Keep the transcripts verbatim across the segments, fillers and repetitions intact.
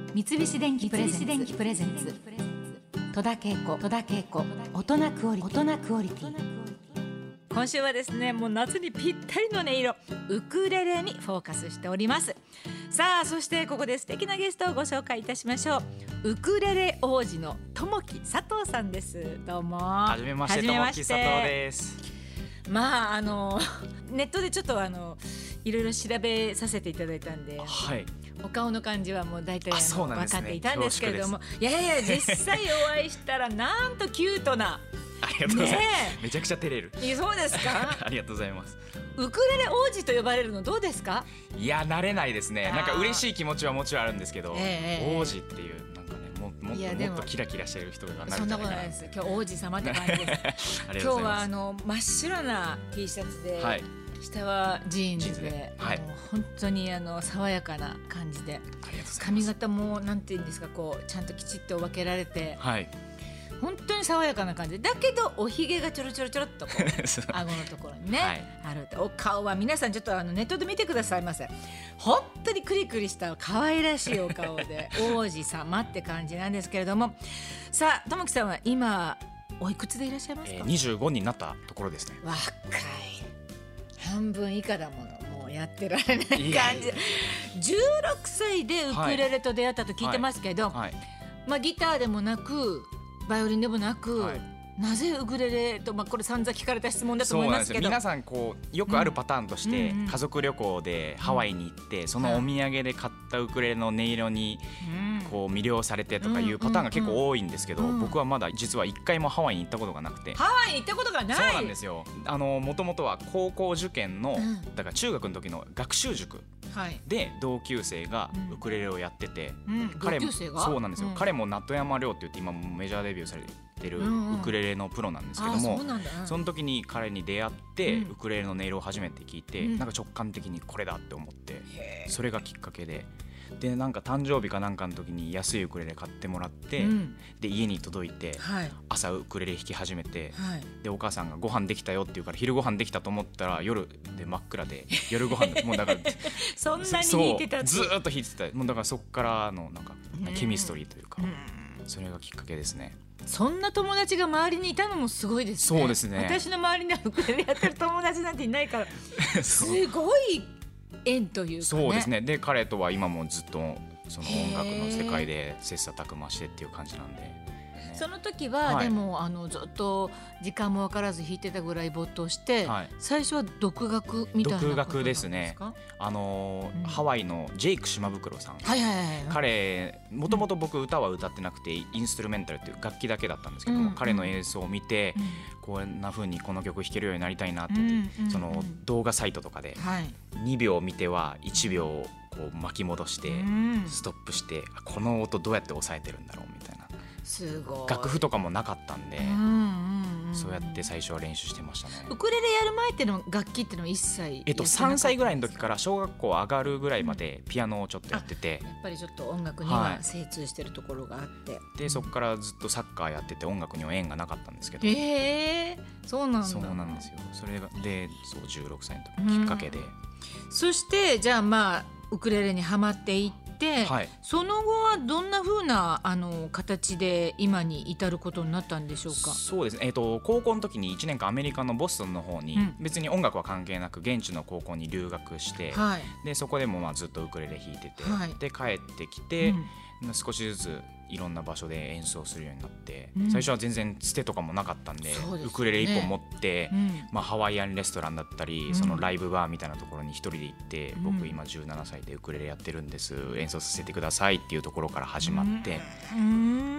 三菱電機プレゼンツ戸田恵子大人クオリティ。今週はですね、もう夏にぴったりの音色、ウクレレにフォーカスしております。さあ、そしてここで素敵なゲストをご紹介いたしましょう。ウクレレ王子の友木佐藤さんです。どうも。 はじめまして、友木佐藤です。 まああのネットでちょっとあのいろいろ調べさせていただいたんで、 はい、 お顔の感じはもう大体あの、 ね、 分かっていたんですけれども、いやいや実際お会いしたらなんとキュートなありがとうございます、ね、めちゃくちゃ照れる。 いや、そうですかありがとうございます。 ウクレレ王子と呼ばれるのどうですか？ いや、慣れないですね。なんか嬉しい気持ちはもちろんあるんですけど、 えー、 王子っていうなんかね、も, も, もっとキラキラしてる人がなるんじゃないかな。 そんなことないです。今日王子様って感じです今日はあの真っ白な T シャツで、はい、下はジーンズ で, で、はい、もう本当にあの爽やかな感じで、髪型もなんていうんですか、こうちゃんときちっと分けられて、はい、本当に爽やかな感じだけど、おひげがちょろちょろちょろっとこう顎のところにね、はい、ある。お顔は皆さんちょっとあのネットで見てくださいませ。本当にクリクリした可愛らしいお顔で王子様って感じなんですけれども、さあ友木さんは今おいくつでいらっしゃいますか？ えー、にじゅうごになったところですね。 若い、半分以下だもの。もうやってられない感じ。じゅうろくさいでウクレレと出会ったと聞いてますけど、はいはいはい、まあ、ギターでもなくバイオリンでもなく、はい、なぜウクレレと、まあ、これ散々聞かれた質問だと思いますけど、 皆さんこうよくあるパターンとして、うん、家族旅行でハワイに行って、うん、そのお土産で買ったウクレレの音色にこう魅了されてとかいうパターンが結構多いんですけど、うんうんうん、僕はまだ実は一回もハワイに行ったことがなくて。 ハワイに行ったことがない？ そうなんですよ。あの元々は高校受験の、うん、だから中学の時の学習塾で同級生がウクレレをやってて、 うん、彼も同級生がそうなんですよ、うん、彼も納山亮って言って今もメジャーデビューされてるウクレレのプロなんですけども、うんうん、そ, その時に彼に出会って、うん、ウクレレの音色を初めて聞いて、うん、なんか直感的にこれだって思って、それがきっかけで、でなんか誕生日かなんかの時に安いウクレレ買ってもらって、うん、で家に届いて、はい、朝ウクレレ弾き始めて、はい、でお母さんがご飯できたよって言うから、昼ご飯できたと思ったら夜で真っ暗で、夜ご飯もうだからそんなに弾いてたって、 ずーっと弾いてた。もうだからそっからのなんかケミストリーというか、うん、それがきっかけですね。 そんな友達が周りにいたのもすごいですね。 そうですね。 私の周りにはウクレレやってる友達なんていないからすごい縁というかね。 そうですね。で彼とは今もずっとその音楽の世界で切磋琢磨してっていう感じなんで、ね、 その時は、はい、でもあのずっと時間も分からず弾いてたぐらい没頭して、はい、最初は独学みたいなことなんですか？ 独学ですね。あの、うん、ハワイのジェイク島袋さん、 はいはいはい、 彼もともと僕歌は歌ってなくて、インストゥルメンタルっていう楽器だけだったんですけども、うん、彼の演奏を見て、うん、こんな風にこの曲弾けるようになりたいなって、うん、その動画サイトとかでにびょう見てはいちびょうこう巻き戻してストップして、この音どうやって抑えてるんだろうみたいな。 すごい。 楽譜とかもなかったんで、うんうんうん、そうやって最初は練習してましたね。 ウクレレやる前っての楽器ってのは一切、 えっと、さんさいぐらいの時から小学校上がるぐらいまでピアノをちょっとやってて、 うん、やっぱりちょっと音楽には精通してるところがあって、はい、 でそこからずっとサッカーやってて音楽には縁がなかったんですけど、 えー、そうなんだ。 そうなんですよ。それでそうじゅうろくさいの時きっかけで、うん、 そしてじゃあまあウクレレにはまっていって、はい、その後はどんな風なあの形で今に至ることになったんでしょうか？ そうですね、えーと、高校の時にいちねんかんアメリカのボストンの方に、うん、別に音楽は関係なく現地の高校に留学して、はい、でそこでもまあずっとウクレレ弾いてて、はい、で帰ってきて、うん、少しずついろんな場所で演奏するようになって、うん、最初は全然つてとかもなかったん で, で、ね、ウクレレいっぽん持って、うんまあ、ハワイアンレストランだったり、うん、そのライブバーみたいなところに一人で行って、うん、僕今じゅうななさいでウクレレやってるんです、演奏させてくださいっていうところから始まって、うん、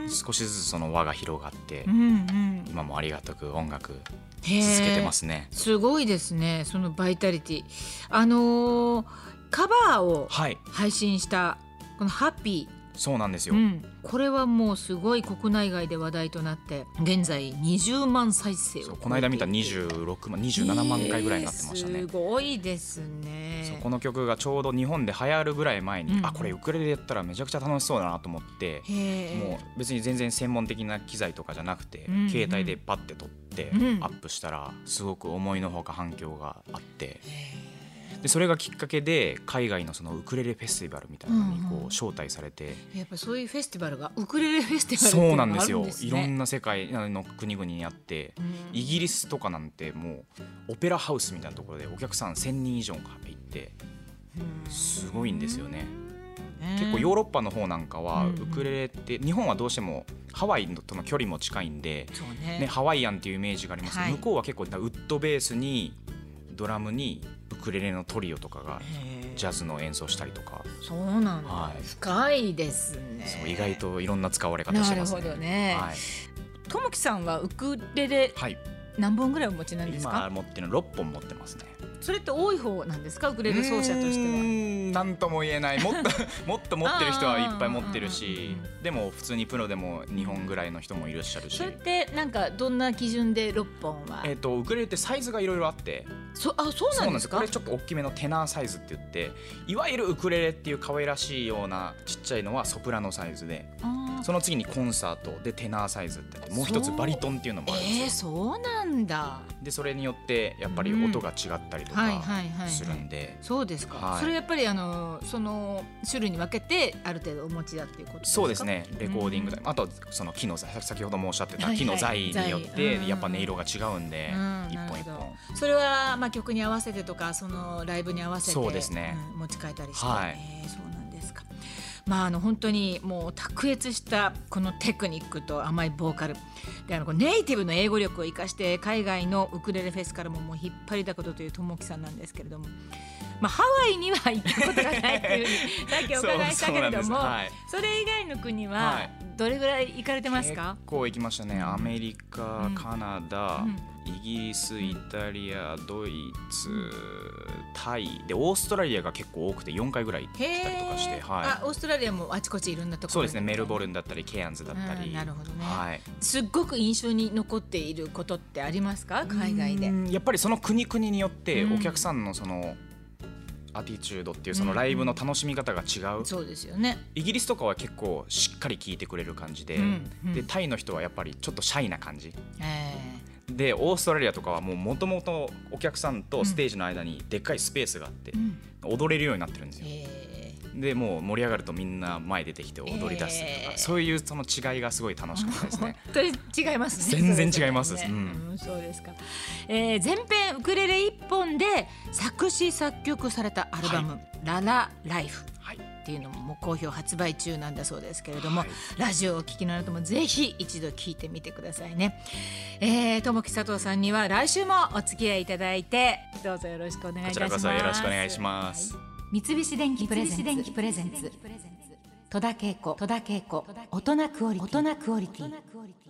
少しずつその輪が広がって、うんうん、今もありがたく音楽続けてますね。 すごいですね、そのバイタリティ。あのー、カバーを配信したこのハッピー、 そうなんですよ、うん、 これはもうすごい国内外で話題となって現在にじゅうまん再生を超えていて、 この間見たにじゅうろくまんにじゅうななまんかいぐらいになってましたね、 えー、すごいですね。 そうこの曲がちょうど日本で流行るぐらい前に、うん、あこれウクレレでやったらめちゃくちゃ楽しそうだなと思って、もう別に全然専門的な機材とかじゃなくて、うんうん、携帯でパッて撮ってアップしたらすごく思いのほか反響があって、 でそれがきっかけで海外のそのウクレレフェスティバルみたいなのにこう招待されて、 うんうん、やっぱそういうフェスティバルがウクレレフェスティバルっていうのがあるんですね。 そうなんですよ。いろんな世界の国々にあって、うん、イギリスとかなんてもうオペラハウスみたいなところでお客さんせんにん以上がいて、すごいんですよね。結構ヨーロッパの方なんかはウクレレって日本はどうしてもハワイとの距離も近いんで、ねね、ハワイアンっていうイメージがありますけど、はい、向こうは結構ウッドベースにドラムにウクレレのトリオとかがジャズの演奏したりとか。 そうなんだ、はい、深いですね。 そう意外といろんな使われ方してますね。 なるほどね。はい、ともきさんはウクレレ何本ぐらいお持ちなんですか？ 今持ってるのろっぽん持ってますね。 それって多い方なんですか、ウクレレ奏者としては？うーん、なんとも言えない。もっともっと持ってる人はいっぱい持ってるし、でも普通にプロでもにほんぐらいの人もいらっしゃるし。 それってなんかどんな基準でろっぽんは？ えっとウクレレってサイズがいろいろあって。 そあそうなんですか？ これちょっと大きめのテナーサイズって言って、いわゆるウクレレっていう可愛らしいようなちっちゃいのはソプラノサイズで、その次にコンサートでテナーサイズって言って、もう一つバリトンっていうのもあるんですよ。 えー、そうなんだ。 でそれによってやっぱり音が違ったりとかするんで。 そうですか、はい、それやっぱりあのその種類に分けてある程度お持ちだっていうことですか？ そうですね。レコーディングで、あとその木の先ほどもおっしゃってた木の材によってやっぱ音色が違うんで、一本一本。 それはまあ曲に合わせてとかそのライブに合わせてそうですね、 うん、持ち替えたりして、 はい、 えー、そうなんですか。まあ、あの本当にもう卓越したこのテクニックと甘いボーカルで、あのネイティブの英語力を生かして海外のウクレレフェスからももう引っ張りだことというともきさんなんですけれども、まあ、ハワイには行ったことがないというふうにさっきお伺いしたけれども、 そ, はい、それ以外の国はどれぐらい行かれてますか？ 結構行きましたね。アメリカ、カナダ、うん、イギリス、イタリア、ドイツ、タイでオーストラリアが結構多くてよんかいぐらい行ったりとかして、はい、 あオーストラリアもあちこちいろんなところ。 そうですね。メルボルンだったりケアンズだったり。 なるほどね、 はい、 すっごく印象に残っていることってありますか、海外で？ やっぱりその国々によってお客さんのそのアティチュードっていうそのライブの楽しみ方が違う、うん、 そうですよね。 イギリスとかは結構しっかり聴いてくれる感じで、うんうん、でタイの人はやっぱりちょっとシャイな感じ、えー、でオーストラリアとかはもともとお客さんとステージの間にでっかいスペースがあって、うん、踊れるようになってるんですよ、えーでもう盛り上がるとみんな前出てきて踊り出すとか、えー、そういうその違いがすごい楽しかったですね。 本当に違いますね。 全然違います、ね、うんうん、そうですか。えー、前編ウクレレ一本で作詞作曲されたアルバム、はい、ララライフっていうのももう好評発売中なんだそうですけれども、はい、ラジオをお聞きのあなたもぜひ一度聞いてみてくださいね。えー、友木佐藤さんには来週もお付き合いいただいてどうぞよろしくお願いいたします。 こちらこそよろしくお願いします、はい。 三菱電機プレゼンツ戸田恵子大人クオリティ。